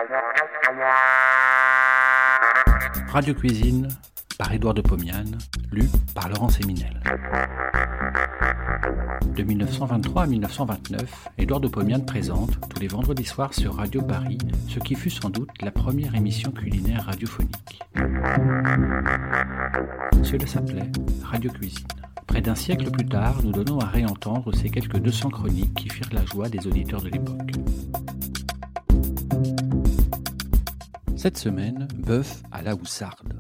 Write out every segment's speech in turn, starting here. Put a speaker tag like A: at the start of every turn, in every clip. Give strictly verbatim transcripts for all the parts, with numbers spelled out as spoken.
A: Radio Cuisine par Édouard de Pomiane, lu par Laurent Séminel. De mille neuf cent vingt-trois à mille neuf cent vingt-neuf, Édouard de Pomiane présente, tous les vendredis soirs sur Radio Paris, ce qui fut sans doute la première émission culinaire radiophonique. Cela s'appelait Radio Cuisine. Près d'un siècle plus tard, nous donnons à réentendre ces quelques deux cents chroniques qui firent la joie des auditeurs de l'époque. Cette semaine, bœuf à la houssarde.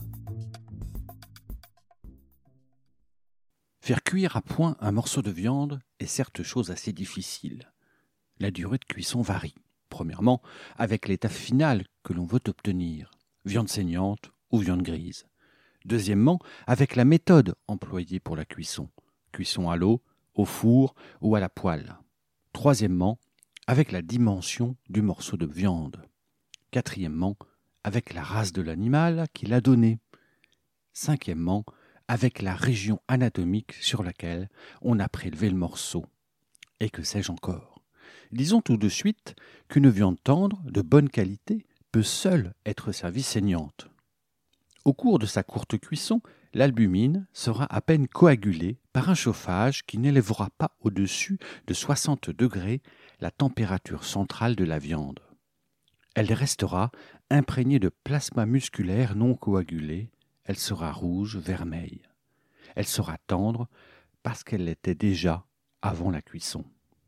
A: Faire cuire à point un morceau de viande est certes chose assez difficile. La durée de cuisson varie. Premièrement, avec l'état final que l'on veut obtenir, viande saignante ou viande grise. Deuxièmement, avec la méthode employée pour la cuisson, cuisson à l'eau, au four ou à la poêle. Troisièmement, avec la dimension du morceau de viande. Quatrièmement, avec la race de l'animal qui l'a donné. Cinquièmement, avec la région anatomique sur laquelle on a prélevé le morceau. Et que sais-je encore ? Disons tout de suite qu'une viande tendre, de bonne qualité, peut seule être servie saignante. Au cours de sa courte cuisson, l'albumine sera à peine coagulée par un chauffage qui n'élèvera pas au-dessus de soixante degrés la température centrale de la viande. Elle restera imprégnée de plasma musculaire non coagulé, elle sera rouge, vermeille. Elle sera tendre parce qu'elle l'était déjà avant la cuisson.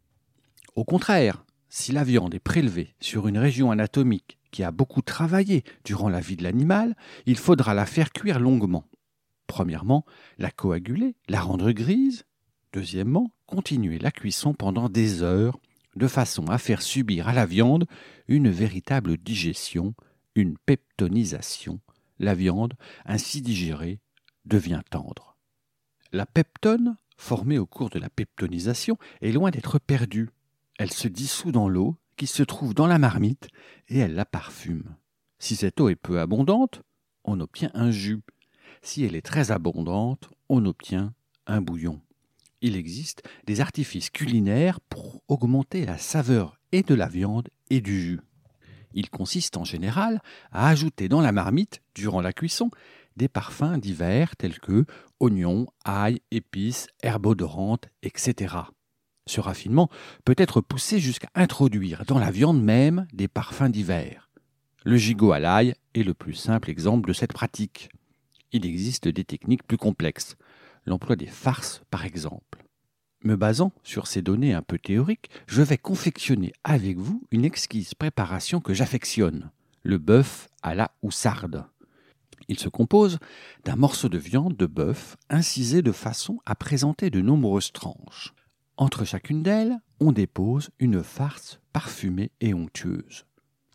A: Au contraire, si la viande est prélevée sur une région anatomique qui a beaucoup travaillé durant la vie de l'animal, il faudra la faire cuire longuement. Premièrement, la coaguler, la rendre grise. Deuxièmement, continuer la cuisson pendant des heures, de façon à faire subir à la viande une véritable digestion, une peptonisation. La viande, ainsi digérée, devient tendre. La peptone, formée au cours de la peptonisation, est loin d'être perdue. Elle se dissout dans l'eau qui se trouve dans la marmite et elle la parfume. Si cette eau est peu abondante, on obtient un jus. Si elle est très abondante, on obtient un bouillon. Il existe des artifices culinaires pour augmenter la saveur et de la viande et du jus. Il consiste en général à ajouter dans la marmite, durant la cuisson, des parfums divers tels que oignons, ail, épices, herbes odorantes, et cetera. Ce raffinement peut être poussé jusqu'à introduire dans la viande même des parfums divers. Le gigot à l'ail est le plus simple exemple de cette pratique. Il existe des techniques plus complexes, l'emploi des farces par exemple. Me basant sur ces données un peu théoriques, je vais confectionner avec vous une exquise préparation que j'affectionne, le bœuf à la houssarde. Il se compose d'un morceau de viande de bœuf incisé de façon à présenter de nombreuses tranches. Entre chacune d'elles, on dépose une farce parfumée et onctueuse.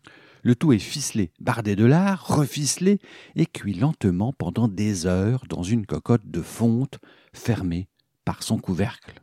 A: Le tout est ficelé, bardé de lard, reficelé et cuit lentement pendant des heures dans une cocotte de fonte fermée par son couvercle.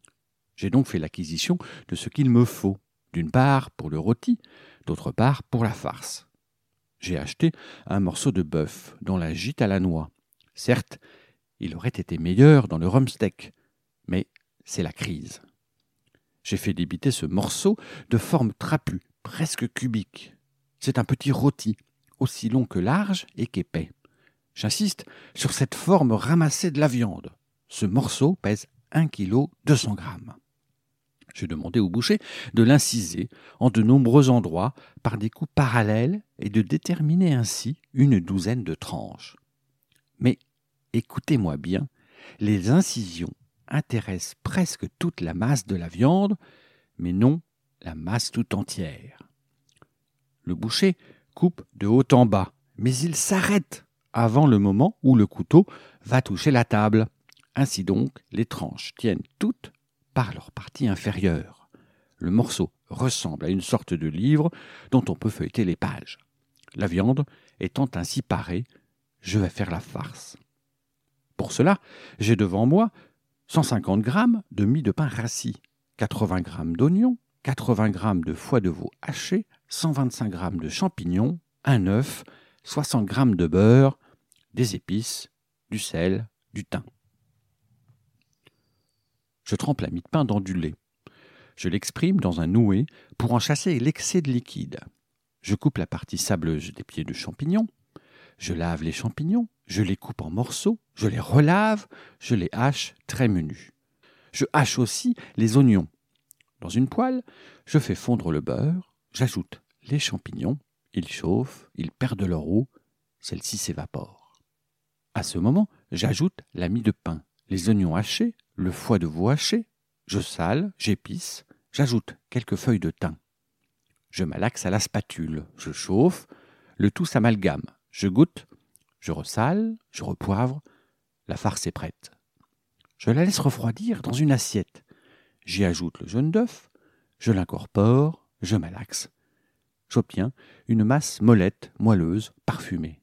A: J'ai donc fait l'acquisition de ce qu'il me faut, d'une part pour le rôti, d'autre part pour la farce. J'ai acheté un morceau de bœuf dont la gîte à la noix. Certes, il aurait été meilleur dans le rumsteak, mais c'est la crise. J'ai fait débiter ce morceau de forme trapue, presque cubique. C'est un petit rôti, aussi long que large et qu'épais. J'insiste sur cette forme ramassée de la viande. Ce morceau pèse un kilo deux cents grammes. J'ai demandé au boucher de l'inciser en de nombreux endroits par des coups parallèles et de déterminer ainsi une douzaine de tranches. Mais écoutez-moi bien, les incisions intéressent presque toute la masse de la viande, mais non la masse tout entière. Le boucher coupe de haut en bas, mais il s'arrête avant le moment où le couteau va toucher la table. Ainsi donc, les tranches tiennent toutes par leur partie inférieure. Le morceau ressemble à une sorte de livre dont on peut feuilleter les pages. La viande étant ainsi parée, je vais faire la farce. Pour cela, j'ai devant moi cent cinquante grammes de mie de pain rassis, quatre-vingts grammes d'oignons, quatre-vingts grammes de foie de veau haché, cent vingt-cinq grammes de champignons, un œuf, soixante grammes de beurre, des épices, du sel, du thym. Je trempe la mie de pain dans du lait. Je l'exprime dans un nouet pour en chasser l'excès de liquide. Je coupe la partie sableuse des pieds de champignons. Je lave les champignons, je les coupe en morceaux, je les relave, je les hache très menus. Je hache aussi les oignons. Dans une poêle, je fais fondre le beurre, j'ajoute les champignons, ils chauffent, ils perdent leur eau, celle-ci s'évapore. À ce moment, j'ajoute la mie de pain, les oignons hachés, le foie de veau haché, je sale, j'épice, j'ajoute quelques feuilles de thym. Je malaxe à la spatule, je chauffe, le tout s'amalgame, je goûte, je ressale, je repoivre, la farce est prête. Je la laisse refroidir dans une assiette. J'y ajoute le jaune d'œuf, je l'incorpore, je malaxe. J'obtiens une masse mollette, moelleuse, parfumée.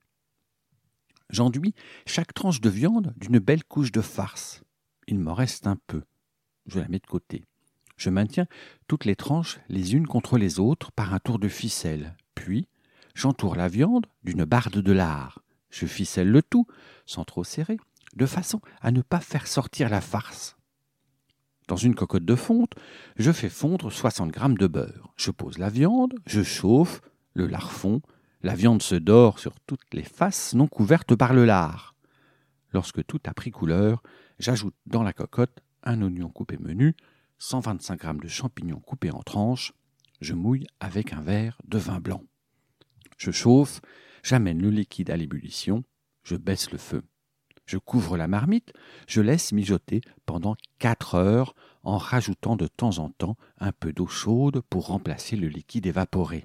A: J'enduis chaque tranche de viande d'une belle couche de farce. Il m'en reste un peu. Je la mets de côté. Je maintiens toutes les tranches les unes contre les autres par un tour de ficelle. Puis, j'entoure la viande d'une barde de lard. Je ficelle le tout, sans trop serrer, de façon à ne pas faire sortir la farce. Dans une cocotte de fonte, je fais fondre soixante grammes de beurre. Je pose la viande, je chauffe, le lard fond, la viande se dore sur toutes les faces non couvertes par le lard. Lorsque tout a pris couleur, j'ajoute dans la cocotte un oignon coupé menu, cent vingt-cinq grammes de champignons coupés en tranches. Je mouille avec un verre de vin blanc. Je chauffe, j'amène le liquide à l'ébullition, je baisse le feu. Je couvre la marmite, je laisse mijoter pendant quatre heures en rajoutant de temps en temps un peu d'eau chaude pour remplacer le liquide évaporé.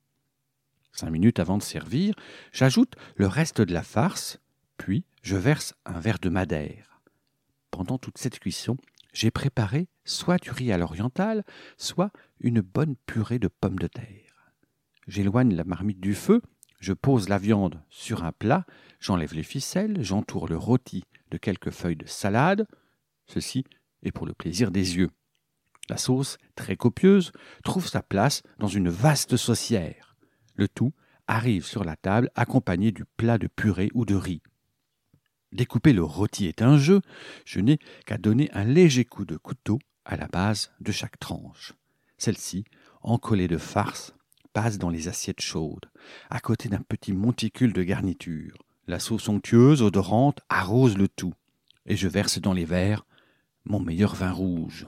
A: Cinq minutes avant de servir, j'ajoute le reste de la farce, puis je verse un verre de madère. Pendant toute cette cuisson, j'ai préparé soit du riz à l'orientale, soit une bonne purée de pommes de terre. J'éloigne la marmite du feu, je pose la viande sur un plat, j'enlève les ficelles, j'entoure le rôti de quelques feuilles de salade. Ceci est pour le plaisir des yeux. La sauce, très copieuse, trouve sa place dans une vaste saucière. Le tout arrive sur la table accompagné du plat de purée ou de riz. Découper le rôti est un jeu, je n'ai qu'à donner un léger coup de couteau à la base de chaque tranche. Celle-ci, encollée de farce, passe dans les assiettes chaudes, à côté d'un petit monticule de garniture. La sauce onctueuse, odorante, arrose le tout, et je verse dans les verres mon meilleur vin rouge.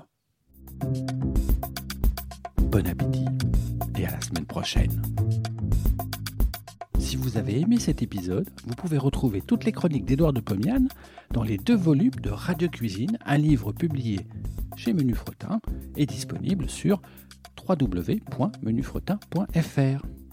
A: Bon appétit, et à la semaine prochaine. Si vous avez aimé cet épisode, vous pouvez retrouver toutes les chroniques d'Édouard de Pomiane dans les deux volumes de Radio Cuisine, un livre publié chez Menu Fretin et disponible sur w w w point menu fretin point f r.